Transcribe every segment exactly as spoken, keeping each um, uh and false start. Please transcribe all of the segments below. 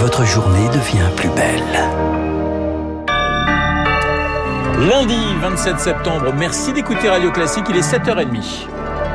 votre journée devient plus belle. Lundi vingt-sept septembre, merci d'écouter Radio Classique, il est sept heures trente.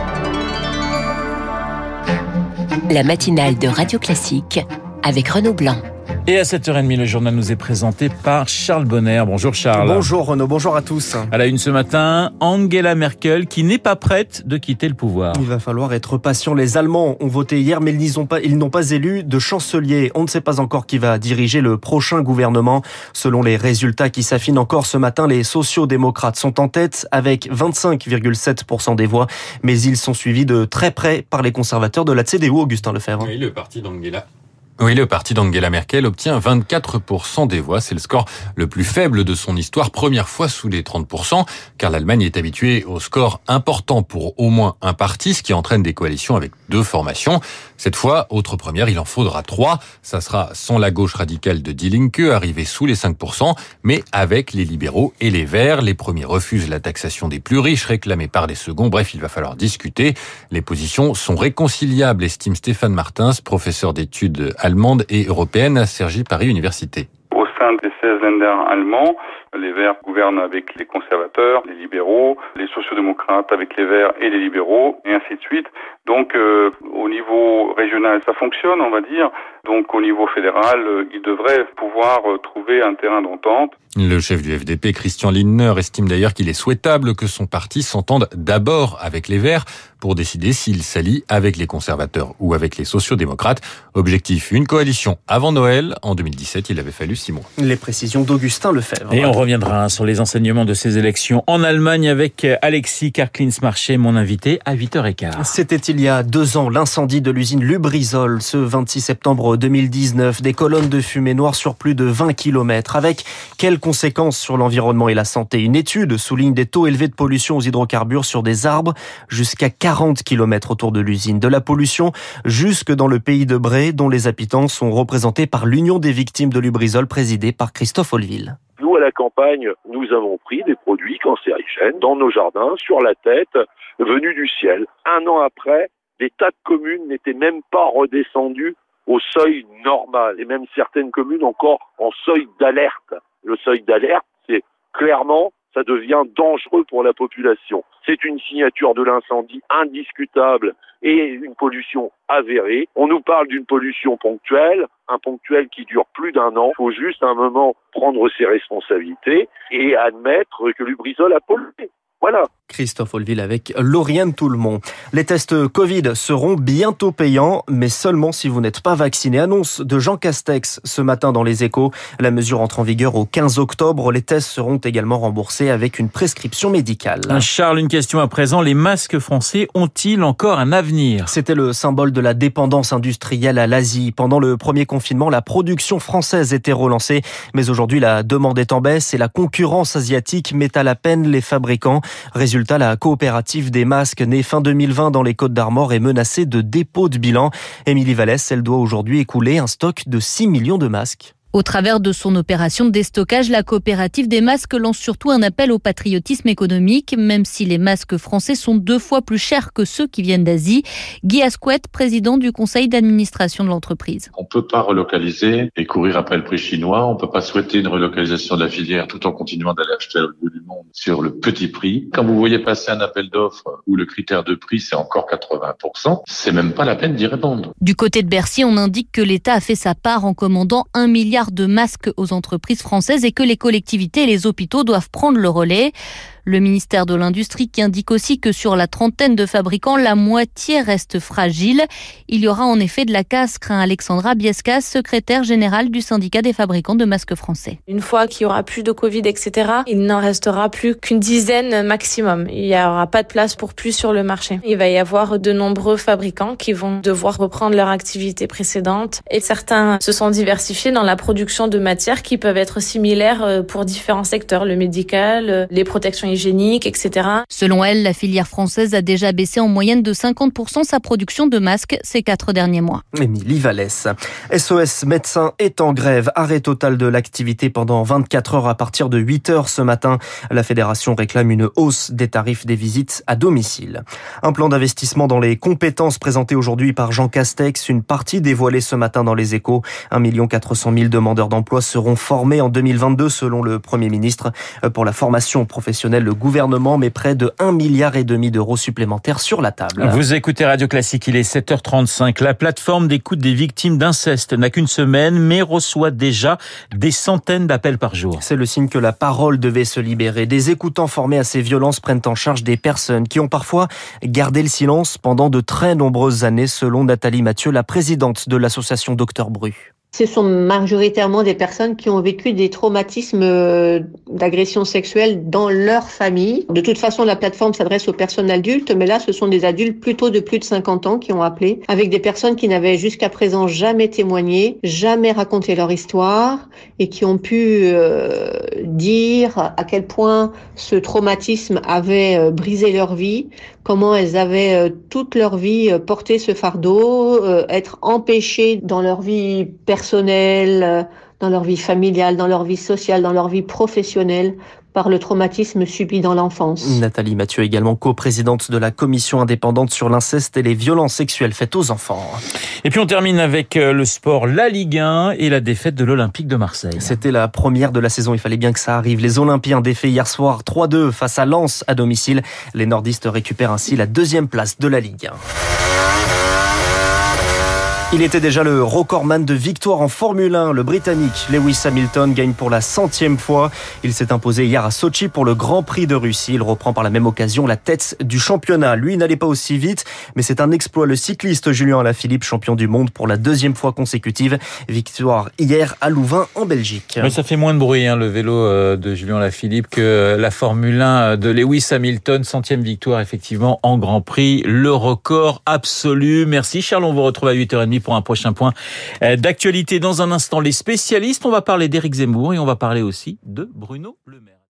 La matinale de Radio Classique avec Renaud Blanc. Et à sept heures trente, le journal nous est présenté par Charles Bonner. Bonjour Charles. Bonjour Renaud, bonjour à tous. À la une ce matin, Angela Merkel qui n'est pas prête de quitter le pouvoir. Il va falloir être patient. Les Allemands ont voté hier, mais ils n'ont pas, ils n'ont pas élu de chancelier. On ne sait pas encore qui va diriger le prochain gouvernement. Selon les résultats qui s'affinent encore ce matin, les sociaux-démocrates sont en tête avec vingt-cinq virgule sept pour cent des voix, mais ils sont suivis de très près par les conservateurs de la C D U, Augustin Lefebvre. Oui, le parti d'Angela. Oui, le parti d'Angela Merkel obtient vingt-quatre pour cent des voix. C'est le score le plus faible de son histoire, première fois sous les trente pour cent, car l'Allemagne est habituée au score important pour au moins un parti, ce qui entraîne des coalitions avec deux formations. Cette fois, autre première, il en faudra trois. Ça sera sans la gauche radicale de Die Linke, arrivée sous les cinq pour cent, mais avec les libéraux et les Verts. Les premiers refusent la taxation des plus riches, réclamée par les seconds. Bref, il va falloir discuter. Les positions sont réconciliables, estime Stéphane Martins, professeur d'études allemande et européenne à Cergy Paris Université. Au sein des seize Länder allemands, les Verts gouvernent avec les conservateurs, les libéraux, les sociaux-démocrates avec les Verts et les libéraux, et ainsi de suite. Donc euh, au niveau régional, ça fonctionne, on va dire. Donc au niveau fédéral, euh, ils devraient pouvoir euh, trouver un terrain d'entente. Le chef du F D P, Christian Lindner, estime d'ailleurs qu'il est souhaitable que son parti s'entende d'abord avec les Verts pour décider s'il s'allie avec les conservateurs ou avec les sociaux-démocrates. Objectif, une coalition avant Noël. En deux mille dix-sept, il avait fallu six mois. Les précisions d'Augustin Lefebvre. Et on reviendra sur les enseignements de ces élections en Allemagne avec Alexis Karklins-Marché, mon invité, à huit heures quinze. C'était il y a deux ans, l'incendie de l'usine Lubrizol, ce vingt-six septembre deux mille dix-neuf. Des colonnes de fumée noire sur plus de vingt kilomètres. Avec quelles conséquences sur l'environnement et la santé? Une étude souligne des taux élevés de pollution aux hydrocarbures sur des arbres jusqu'à quarante kilomètres autour de l'usine. De la pollution jusque dans le pays de Bray, dont les habitants sont représentés par l'Union des victimes de Lubrizol, présidée par Christophe Olville. Nous, à la campagne, nous avons pris des produits cancérigènes dans nos jardins, sur la tête, venus du ciel. Un an après, des tas de communes n'étaient même pas redescendues au seuil normal. Et même certaines communes encore en seuil d'alerte. Le seuil d'alerte, c'est clairement, ça devient dangereux pour la population. C'est une signature de l'incendie indiscutable et une pollution avérée. On nous parle d'une pollution ponctuelle, un ponctuel qui dure plus d'un an. Il faut juste à un moment prendre ses responsabilités et admettre que Lubrizol a pollué. Voilà. Christophe Olville avec Lauriane Toulmont. Les tests Covid seront bientôt payants, mais seulement si vous n'êtes pas vacciné. Annonce de Jean Castex ce matin dans Les Échos. La mesure entre en vigueur au quinze octobre. Les tests seront également remboursés avec une prescription médicale. Charles, une question à présent. Les masques français ont-ils encore un avenir? C'était le symbole de la dépendance industrielle à l'Asie. Pendant le premier confinement, la production française était relancée. Mais aujourd'hui, la demande est en baisse et la concurrence asiatique met à la peine les fabricants. Résultat, la coopérative des masques née fin deux mille vingt dans les Côtes-d'Armor est menacée de dépôt de bilan. Émilie Vallès, elle doit aujourd'hui écouler un stock de six millions de masques. Au travers de son opération de déstockage, la coopérative des masques lance surtout un appel au patriotisme économique, même si les masques français sont deux fois plus chers que ceux qui viennent d'Asie. Guy Asquette, président du conseil d'administration de l'entreprise. On ne peut pas relocaliser et courir après le prix chinois. On ne peut pas souhaiter une relocalisation de la filière tout en continuant d'aller acheter au bout du monde sur le petit prix. Quand vous voyez passer un appel d'offres où le critère de prix c'est encore quatre-vingts pour cent, c'est même pas la peine d'y répondre. Du côté de Bercy, on indique que l'État a fait sa part en commandant un milliard de masques aux entreprises françaises et que les collectivités et les hôpitaux doivent prendre le relais. Le ministère de l'Industrie qui indique aussi que sur la trentaine de fabricants, la moitié reste fragile. Il y aura en effet de la casse, craint Alexandra Biescas, secrétaire générale du syndicat des fabricants de masques français. Une fois qu'il y aura plus de Covid, et cetera, il n'en restera plus qu'une dizaine maximum. Il n'y aura pas de place pour plus sur le marché. Il va y avoir de nombreux fabricants qui vont devoir reprendre leur activité précédente et certains se sont diversifiés dans la production de matières qui peuvent être similaires pour différents secteurs, le médical, les protections hygiéniques, hygiéniques, et cetera. Selon elle, la filière française a déjà baissé en moyenne de cinquante pour cent sa production de masques ces quatre derniers mois. Émilie Vallès. S O S Médecins est en grève. Arrêt total de l'activité pendant vingt-quatre heures à partir de huit heures ce matin. La fédération réclame une hausse des tarifs des visites à domicile. Un plan d'investissement dans les compétences présenté aujourd'hui par Jean Castex. Une partie dévoilée ce matin dans les Échos. un million quatre cent mille demandeurs d'emploi seront formés en deux mille vingt-deux selon le Premier ministre. Pour la formation professionnelle, le gouvernement met près de un milliard et demi d'euros supplémentaires sur la table. Vous écoutez Radio Classique, il est sept heures trente-cinq. La plateforme d'écoute des victimes d'inceste n'a qu'une semaine, mais reçoit déjà des centaines d'appels par jour. C'est le signe que la parole devait se libérer. Des écoutants formés à ces violences prennent en charge des personnes qui ont parfois gardé le silence pendant de très nombreuses années, selon Nathalie Mathieu, la présidente de l'association Docteur Bru. Ce sont majoritairement des personnes qui ont vécu des traumatismes d'agression sexuelle dans leur famille. De toute façon, la plateforme s'adresse aux personnes adultes, mais là, ce sont des adultes plutôt de plus de cinquante ans qui ont appelé, avec des personnes qui n'avaient jusqu'à présent jamais témoigné, jamais raconté leur histoire, et qui ont pu euh, dire à quel point ce traumatisme avait euh, brisé leur vie, comment elles avaient euh, toute leur vie euh, porté ce fardeau, euh, être empêchées dans leur vie personnelle, personnelle, dans leur vie familiale, dans leur vie sociale, dans leur vie professionnelle, par le traumatisme subi dans l'enfance. Nathalie Mathieu, également coprésidente de la commission indépendante sur l'inceste et les violences sexuelles faites aux enfants. Et puis on termine avec le sport, la Ligue un et la défaite de l'Olympique de Marseille. C'était la première de la saison, il fallait bien que ça arrive. Les Olympiens défaits hier soir trois deux face à Lens à domicile. Les nordistes récupèrent ainsi la deuxième place de la Ligue un. Il était déjà le recordman de victoire en Formule un. Le Britannique Lewis Hamilton gagne pour la centième fois. Il s'est imposé hier à Sochi pour le Grand Prix de Russie. Il reprend par la même occasion la tête du championnat. Lui n'allait pas aussi vite, mais c'est un exploit. Le cycliste Julien Alaphilippe, champion du monde pour la deuxième fois consécutive. Victoire hier à Louvain en Belgique. Mais ça fait moins de bruit, hein, le vélo de Julien Alaphilippe, que la Formule un de Lewis Hamilton. Centième victoire, effectivement, en Grand Prix. Le record absolu. Merci Charles, on vous retrouve à huit heures trente pour un prochain point d'actualité. Dans un instant, les spécialistes, on va parler d'Éric Zemmour et on va parler aussi de Bruno Le Maire.